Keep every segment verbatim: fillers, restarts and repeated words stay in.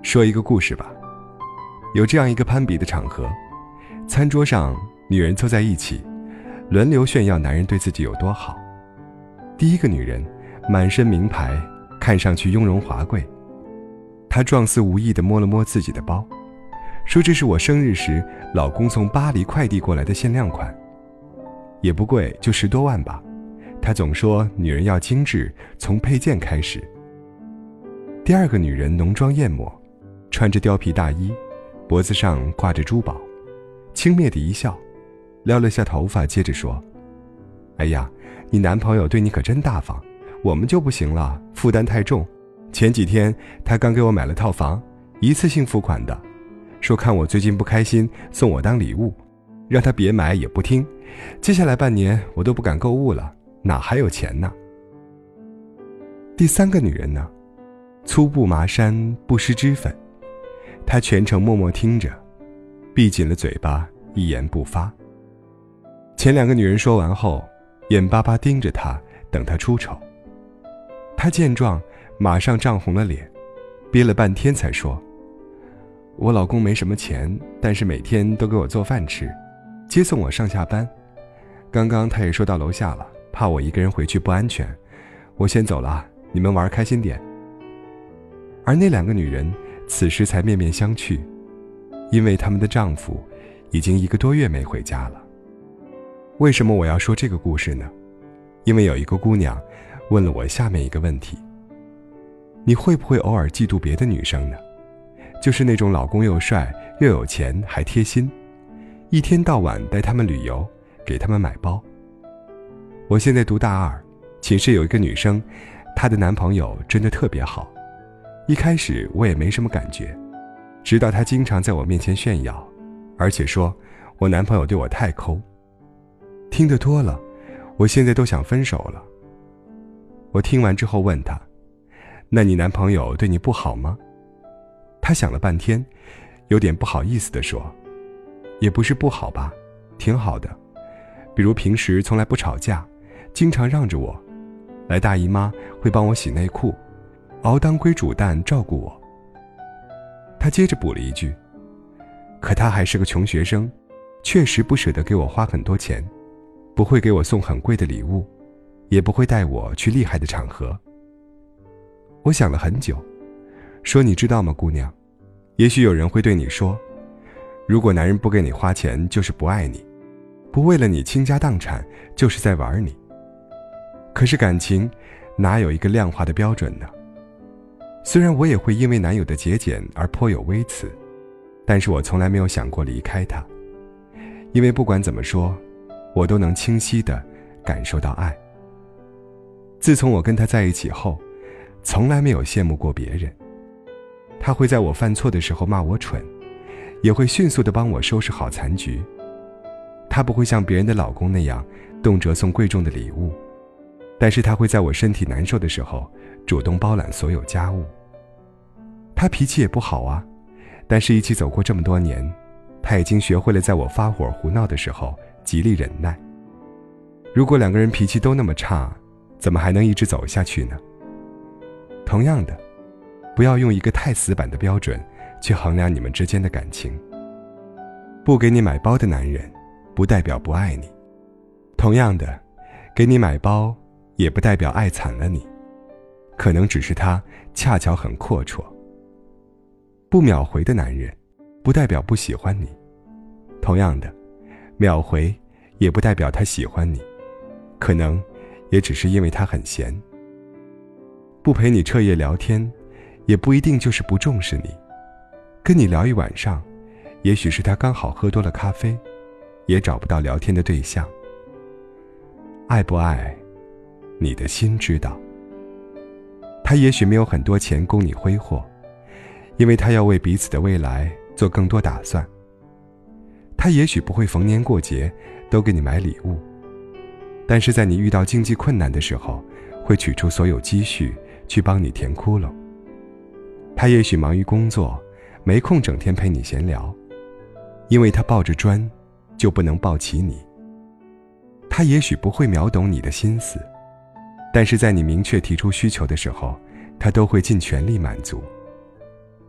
说一个故事吧。有这样一个攀比的场合，餐桌上女人凑在一起，轮流炫耀男人对自己有多好。第一个女人满身名牌，看上去雍容华贵，她状似无意地摸了摸自己的包，说这是我生日时老公从巴黎快递过来的限量款，也不贵，就十多万吧。她总说女人要精致，从配件开始。第二个女人浓妆艳抹，穿着貂皮大衣，脖子上挂着珠宝，轻蔑地一笑，撩了下头发，接着说：哎呀，你男朋友对你可真大方，我们就不行了，负担太重。前几天他刚给我买了套房，一次性付款的，说看我最近不开心，送我当礼物，让他别买也不听。接下来半年我都不敢购物了，哪还有钱呢？第三个女人呢，粗布麻衫，不施脂粉，她全程默默听着，闭紧了嘴巴，一言不发。前两个女人说完后，眼巴巴盯着她，等她出丑。她见状马上涨红了脸，憋了半天才说：我老公没什么钱，但是每天都给我做饭吃，接送我上下班。刚刚他也说到楼下了，怕我一个人回去不安全，我先走了，你们玩开心点。而那两个女人此时才面面相觑，因为她们的丈夫已经一个多月没回家了。为什么我要说这个故事呢？因为有一个姑娘问了我下面一个问题：你会不会偶尔嫉妒别的女生呢？就是那种老公又帅又有钱还贴心，一天到晚带他们旅游，给他们买包。我现在读大二，寝室有一个女生，她的男朋友真的特别好。一开始我也没什么感觉，直到她经常在我面前炫耀，而且说我男朋友对我太抠。听得多了，我现在都想分手了。我听完之后问她：那你男朋友对你不好吗？她想了半天，有点不好意思地说：也不是不好吧，挺好的。比如平时从来不吵架，经常让着我，来大姨妈会帮我洗内裤，熬当归煮蛋照顾我。她接着补了一句：可他还是个穷学生，确实不舍得给我花很多钱，不会给我送很贵的礼物，也不会带我去厉害的场合。我想了很久，说你知道吗，姑娘，也许有人会对你说，如果男人不给你花钱就是不爱你，不为了你倾家荡产就是在玩你。可是感情哪有一个量化的标准呢？虽然我也会因为男友的节俭而颇有微词，但是我从来没有想过离开他，因为不管怎么说，我都能清晰地感受到爱。自从我跟他在一起后，从来没有羡慕过别人。他会在我犯错的时候骂我蠢，也会迅速地帮我收拾好残局。他不会像别人的老公那样动辄送贵重的礼物，但是他会在我身体难受的时候主动包揽所有家务。他脾气也不好啊，但是一起走过这么多年，他已经学会了在我发火胡闹的时候极力忍耐。如果两个人脾气都那么差，怎么还能一直走下去呢？同样的，不要用一个太死板的标准去衡量你们之间的感情。不给你买包的男人不代表不爱你，同样的，给你买包也不代表爱惨了你，可能只是他恰巧很阔绰。不秒回的男人不代表不喜欢你，同样的，秒回也不代表他喜欢你，可能也只是因为他很闲。不陪你彻夜聊天，也不一定就是不重视你，跟你聊一晚上，也许是他刚好喝多了咖啡，也找不到聊天的对象。爱不爱，你的心知道。他也许没有很多钱供你挥霍，因为他要为彼此的未来做更多打算。他也许不会逢年过节都给你买礼物，但是在你遇到经济困难的时候，会取出所有积蓄去帮你填窟窿。他也许忙于工作，没空整天陪你闲聊，因为他抱着砖就不能抱起你。他也许不会秒懂你的心思，但是在你明确提出需求的时候，他都会尽全力满足。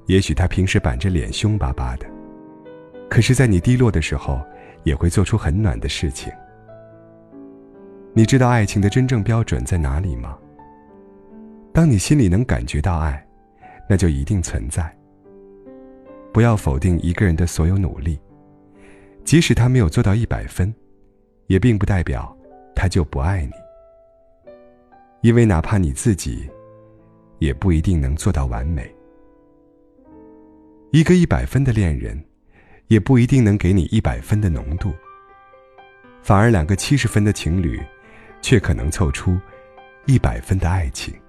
也许他平时板着脸凶巴巴的，可是在你低落的时候也会做出很暖的事情。你知道爱情的真正标准在哪里吗？当你心里能感觉到爱，那就一定存在。不要否定一个人的所有努力，即使他没有做到一百分，也并不代表他就不爱你。因为哪怕你自己也不一定能做到完美。一个一百分的恋人也不一定能给你一百分的浓度，反而两个七十分的情侣却可能凑出一百分的爱情。